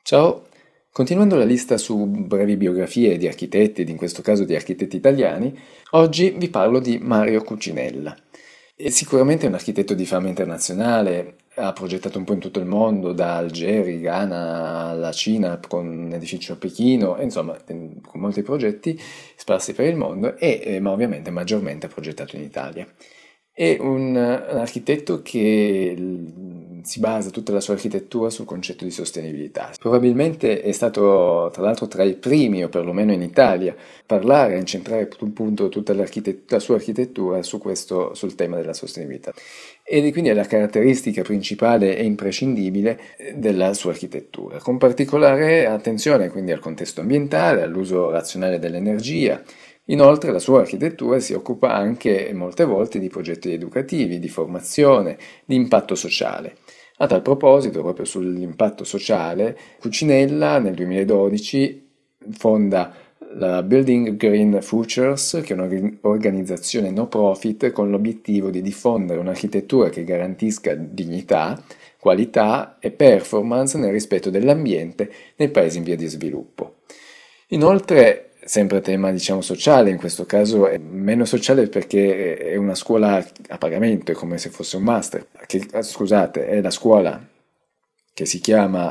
Ciao, continuando la lista su brevi biografie di architetti, ed in questo caso di architetti italiani, oggi vi parlo di Mario Cucinella. È sicuramente un architetto di fama internazionale, ha progettato un po' in tutto il mondo, da Algeri, Ghana alla Cina, con un edificio a Pechino, e insomma, con molti progetti sparsi per il mondo, ma ovviamente maggiormente ha progettato in Italia. È un architetto che si basa tutta la sua architettura sul concetto di sostenibilità. Probabilmente è stato, tra l'altro, tra i primi, o perlomeno in Italia, parlare e incentrare appunto tutta la sua architettura sul tema della sostenibilità. E quindi è la caratteristica principale e imprescindibile della sua architettura, con particolare attenzione quindi al contesto ambientale, all'uso razionale dell'energia. Inoltre la sua architettura si occupa anche molte volte di progetti educativi, di formazione, di impatto sociale. A tal proposito, proprio sull'impatto sociale, Cucinella nel 2012 fonda la Building Green Futures, che è un'organizzazione no profit con l'obiettivo di diffondere un'architettura che garantisca dignità, qualità e performance nel rispetto dell'ambiente nei paesi in via di sviluppo. Inoltre, sempre tema diciamo sociale, in questo caso è meno sociale perché è una scuola a pagamento, è come se fosse un master, scusate, è la scuola che si chiama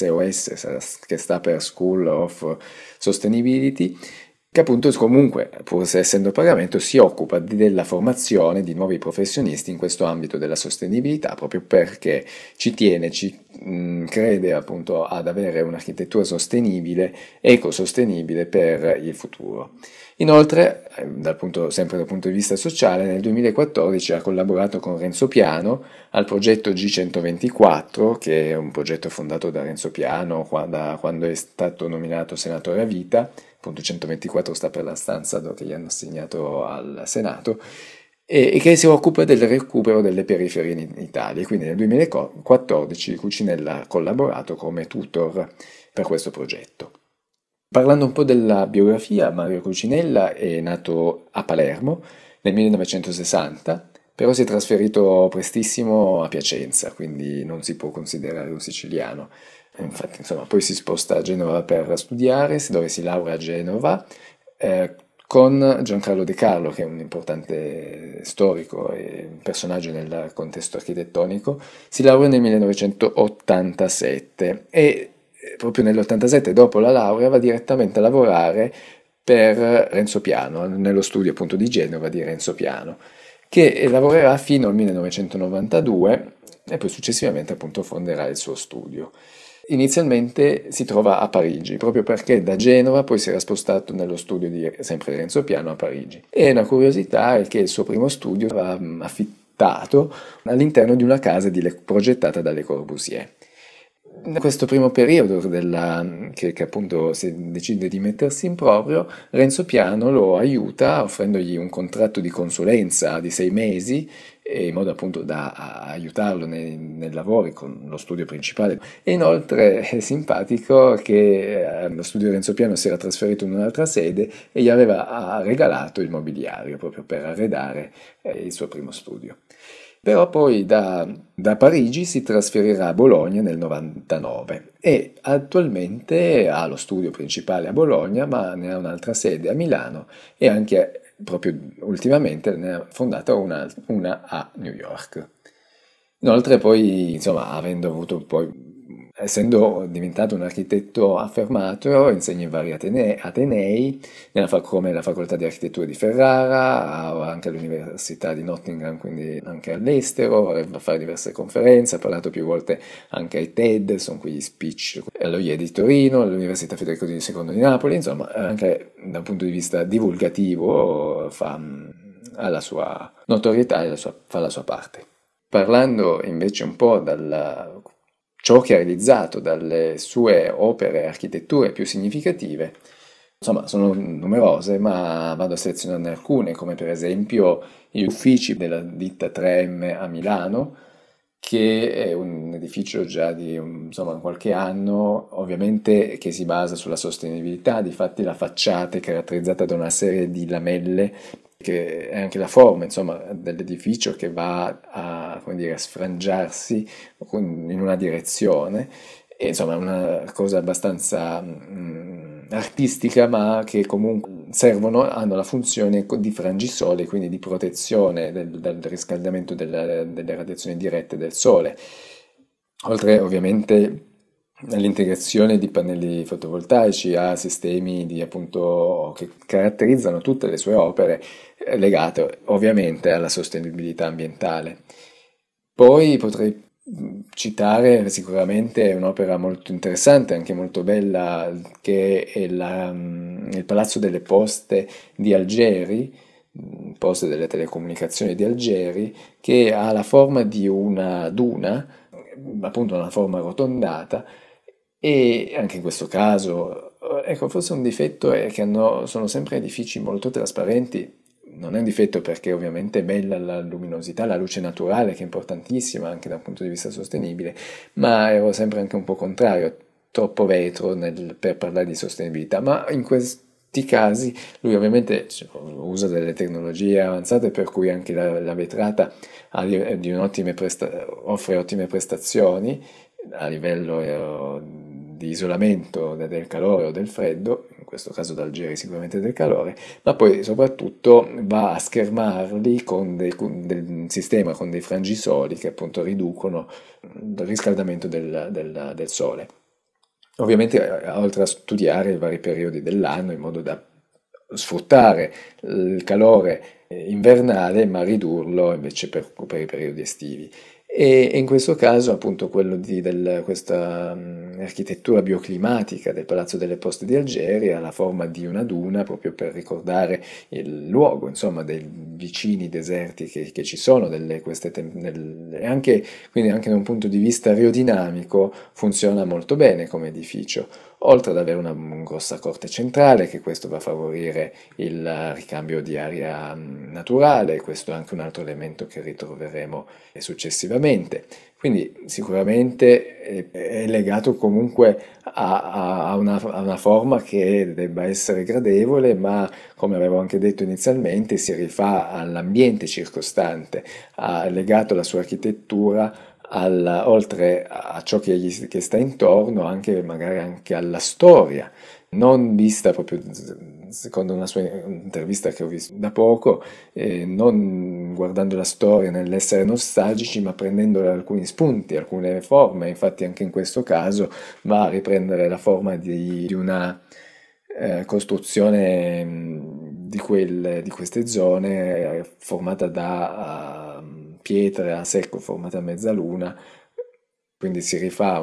SOS, che sta per School of Sustainability, che appunto comunque, pur se essendo a pagamento, si occupa della formazione di nuovi professionisti in questo ambito della sostenibilità, proprio perché ci tiene, crede appunto ad avere un'architettura sostenibile, ecosostenibile per il futuro. Inoltre, sempre dal punto di vista sociale, nel 2014 ha collaborato con Renzo Piano al progetto G124, che è un progetto fondato da Renzo Piano da quando è stato nominato senatore a vita. Appunto 124 sta per la stanza che gli hanno assegnato al Senato, e che si occupa del recupero delle periferie in Italia. Quindi nel 2014 Cucinella ha collaborato come tutor per questo progetto. Parlando un po' della biografia, Mario Cucinella è nato a Palermo nel 1960, però si è trasferito prestissimo a Piacenza, quindi non si può considerare un siciliano. Infatti, insomma, poi si sposta a Genova per studiare, dove si laurea a Genova, con Giancarlo De Carlo, che è un importante storico e personaggio nel contesto architettonico. Si laurea nel 1987 e proprio nell'87, dopo la laurea, va direttamente a lavorare per Renzo Piano, nello studio appunto di Genova di Renzo Piano, che lavorerà fino al 1992 e poi successivamente appunto fonderà il suo studio. Inizialmente si trova a Parigi, proprio perché da Genova poi si era spostato nello studio di sempre Renzo Piano a Parigi. E una curiosità è che il suo primo studio va affittato all'interno di una casa progettata da Le Corbusier. In questo primo periodo che appunto si decide di mettersi in proprio, Renzo Piano lo aiuta offrendogli un contratto di consulenza di 6 mesi, in modo appunto da aiutarlo nei lavori con lo studio principale. E inoltre è simpatico che lo studio Renzo Piano si era trasferito in un'altra sede e gli aveva regalato il mobiliario proprio per arredare il suo primo studio. Però poi da Parigi si trasferirà a Bologna nel 99 e attualmente ha lo studio principale a Bologna, ma ne ha un'altra sede a Milano e anche proprio ultimamente ne ha fondata una a New York. Inoltre poi, insomma, essendo diventato un architetto affermato, insegna in vari atenei, come la facoltà di architettura di Ferrara, anche all'Università di Nottingham, quindi anche all'estero, a fare diverse conferenze, ha parlato più volte anche ai TED, sono quegli speech allo IE di Torino, all'Università Federico II di Napoli, insomma, anche da un punto di vista divulgativo ha la sua notorietà e fa la sua parte. Parlando invece un po' ciò che ha realizzato, dalle sue opere e architetture più significative, insomma sono numerose, ma vado a selezionarne alcune, come per esempio gli uffici della ditta 3M a Milano, che è un edificio già di qualche anno, ovviamente che si basa sulla sostenibilità. Difatti la facciata è caratterizzata da una serie di lamelle, che è anche la forma, insomma, dell'edificio, che va a, come dire, a sfrangiarsi in una direzione, E, insomma, è una cosa abbastanza artistica, ma che comunque hanno la funzione di frangisole, quindi di protezione dal riscaldamento delle radiazioni dirette del Sole. Oltre ovviamente all'integrazione di pannelli fotovoltaici a sistemi appunto, che caratterizzano tutte le sue opere, legate ovviamente alla sostenibilità ambientale. Poi potrei citare sicuramente un'opera molto interessante, anche molto bella, che è il Palazzo delle Poste di Algeri, Poste delle Telecomunicazioni di Algeri, che ha la forma di una duna, appunto una forma arrotondata, e anche in questo caso, ecco, forse un difetto è che sono sempre edifici molto trasparenti. Non è un difetto perché ovviamente è bella la luminosità, la luce naturale che è importantissima anche dal punto di vista sostenibile, ma ero sempre anche un po' contrario, troppo vetro per parlare di sostenibilità, ma in questi casi lui ovviamente usa delle tecnologie avanzate per cui anche la vetrata offre ottime prestazioni a livello di isolamento del calore o del freddo, in questo caso d'Algeri sicuramente del calore, ma poi soprattutto va a schermarli con del sistema, con dei frangisoli che appunto riducono il riscaldamento del Sole. Ovviamente, oltre a studiare i vari periodi dell'anno in modo da sfruttare il calore invernale, ma ridurlo invece per i periodi estivi. E in questo caso, appunto, quello di questa architettura bioclimatica del Palazzo delle Poste di Algeri ha la forma di una duna proprio per ricordare il luogo, insomma, dei vicini deserti che ci sono, quindi anche da un punto di vista aerodinamico funziona molto bene come edificio, oltre ad avere una grossa corte centrale, che questo va a favorire il ricambio di aria naturale, questo è anche un altro elemento che ritroveremo successivamente. Quindi sicuramente è legato comunque a una forma che debba essere gradevole, ma come avevo anche detto inizialmente, si rifà all'ambiente circostante, ha legato la sua architettura oltre a ciò che sta intorno, anche magari anche alla storia, non vista proprio secondo una sua intervista che ho visto da poco, non guardando la storia nell'essere nostalgici, ma prendendo alcuni spunti, alcune forme. Infatti anche in questo caso va a riprendere la forma di una costruzione di queste zone formata da pietre a secco formate a mezzaluna, quindi si rifà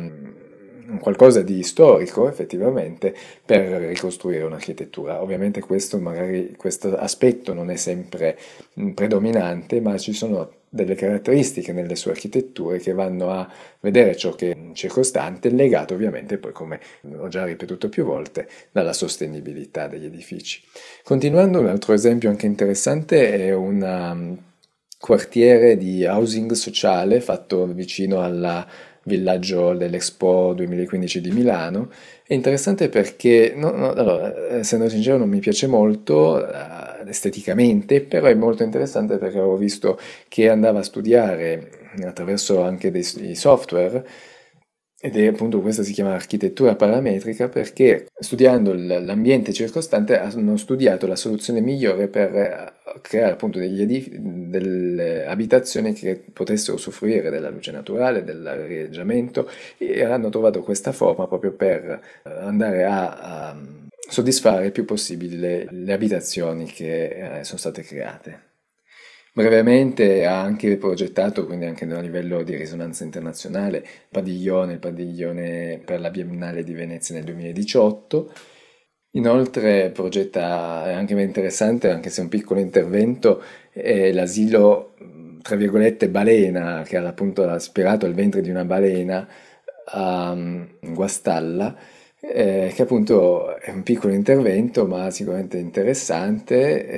un qualcosa di storico effettivamente per ricostruire un'architettura. Ovviamente questo aspetto non è sempre predominante, ma ci sono delle caratteristiche nelle sue architetture che vanno a vedere ciò che è circostante, legato ovviamente poi, come ho già ripetuto più volte, dalla sostenibilità degli edifici. Continuando, un altro esempio anche interessante è un quartiere di housing sociale fatto vicino al villaggio dell'Expo 2015 di Milano. È interessante perché, allora, essendo sincero, non mi piace molto esteticamente, però è molto interessante perché avevo visto che andava a studiare attraverso anche dei software, ed è appunto questa si chiama architettura parametrica, perché studiando l'ambiente circostante hanno studiato la soluzione migliore per creare appunto delle abitazioni che potessero usufruire della luce naturale, dell'areggiamento, e hanno trovato questa forma proprio per andare a soddisfare il più possibile le abitazioni che sono state create. Brevemente ha anche progettato, quindi anche a livello di risonanza internazionale, il padiglione per la Biennale di Venezia nel 2018. Inoltre progetta, è anche interessante, anche se è un piccolo intervento, l'asilo, tra virgolette, balena, che ha appunto ispirato al ventre di una balena a Guastalla, che appunto è un piccolo intervento, ma sicuramente interessante,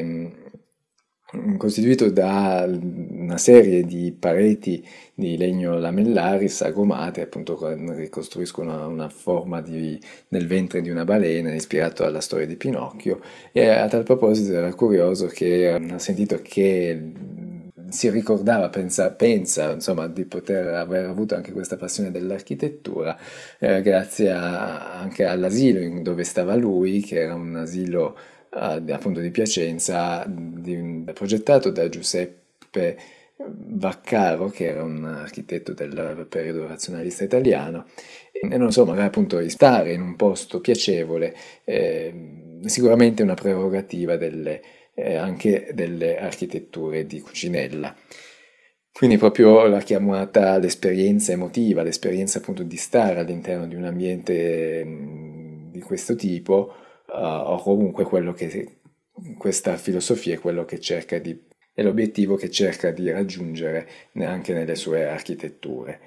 costituito da una serie di pareti di legno lamellari sagomate, appunto ricostruiscono una forma nel ventre di una balena, ispirato alla storia di Pinocchio. E a tal proposito era curioso che ho sentito che si ricordava, pensa insomma, di poter aver avuto anche questa passione dell'architettura grazie anche all'asilo dove stava lui, che era un asilo appunto di Piacenza, progettato da Giuseppe Vaccaro, che era un architetto del periodo razionalista italiano, e non so, magari appunto stare in un posto piacevole, sicuramente è una prerogativa anche delle architetture di Cucinella. Quindi proprio la chiamata l'esperienza emotiva, l'esperienza appunto di stare all'interno di un ambiente di questo tipo, o comunque questa filosofia è quello che cerca è l'obiettivo che cerca di raggiungere anche nelle sue architetture.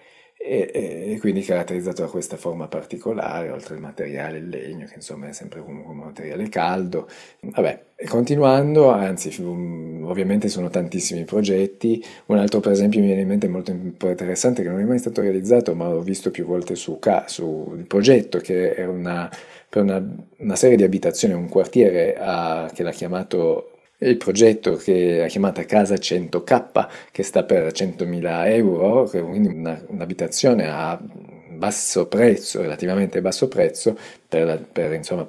E quindi caratterizzato da questa forma particolare, oltre al materiale, il legno, che insomma è sempre comunque un materiale caldo. Vabbè, e continuando, anzi, ovviamente sono tantissimi progetti. Un altro, per esempio, mi viene in mente molto interessante, che non è mai stato realizzato, ma l'ho visto più volte su il progetto, che è per una serie di abitazioni, un quartiere che l'ha chiamato. Il progetto che ha chiamato Casa 100K, che sta per 100.000 euro, quindi un'abitazione a basso prezzo, relativamente basso prezzo, insomma,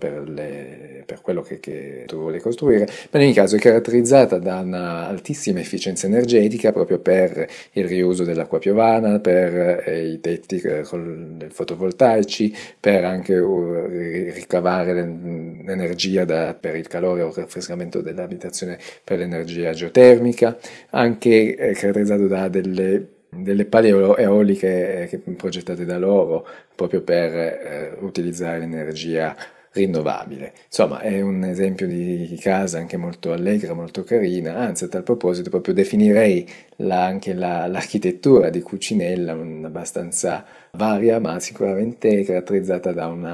per quello che tu vuole costruire, ma in ogni caso è caratterizzata da un'altissima efficienza energetica proprio per il riuso dell'acqua piovana, per i tetti fotovoltaici, per anche ricavare l'energia per il calore o il raffrescamento dell'abitazione per l'energia geotermica, anche caratterizzato da delle pale eoliche progettate da loro proprio per utilizzare l'energia rinnovabile. Insomma, è un esempio di casa anche molto allegra, molto carina, anzi a tal proposito proprio definirei anche l'architettura di Cucinella abbastanza varia, ma sicuramente caratterizzata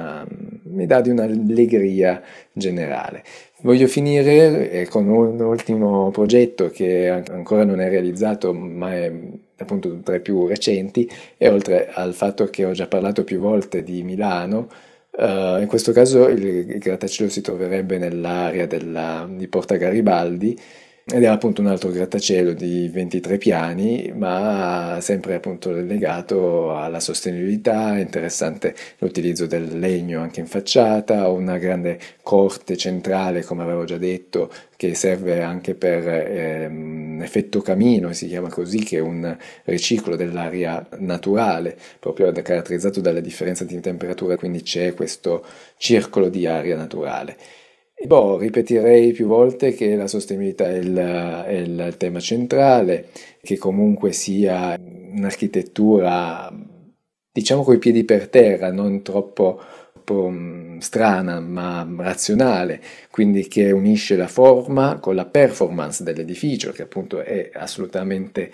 mi dà di un'allegria generale. Voglio finire con un ultimo progetto che ancora non è realizzato, ma è appunto tra i più recenti, e oltre al fatto che ho già parlato più volte di Milano, in questo caso il grattacielo si troverebbe nell'area di Porta Garibaldi, ed è appunto un altro grattacielo di 23 piani, ma sempre appunto legato alla sostenibilità. È interessante l'utilizzo del legno anche in facciata, una grande corte centrale, come avevo già detto, che serve anche per effetto camino, si chiama così, che è un riciclo dell'aria naturale, proprio caratterizzato dalla differenza di temperatura, quindi c'è questo circolo di aria naturale. Ripeterei più volte che la sostenibilità è il tema centrale, che comunque sia un'architettura, diciamo, coi piedi per terra, non troppo strana, ma razionale, quindi che unisce la forma con la performance dell'edificio, che appunto è assolutamente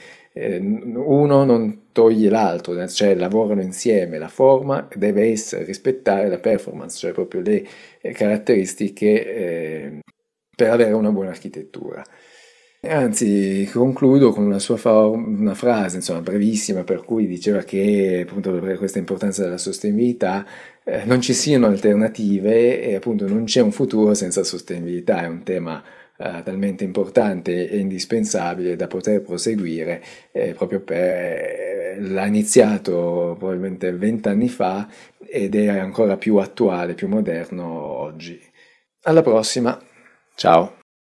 uno non toglie l'altro, cioè lavorano insieme, la forma deve rispettare la performance, cioè proprio le caratteristiche per avere una buona architettura. Anzi, concludo con una frase, insomma, brevissima, per cui diceva che, appunto, per questa importanza della sostenibilità, non ci siano alternative e, appunto, non c'è un futuro senza sostenibilità. È un tema talmente importante e indispensabile da poter proseguire proprio l'ha iniziato probabilmente 20 anni fa ed è ancora più attuale, più moderno oggi. Alla prossima, ciao!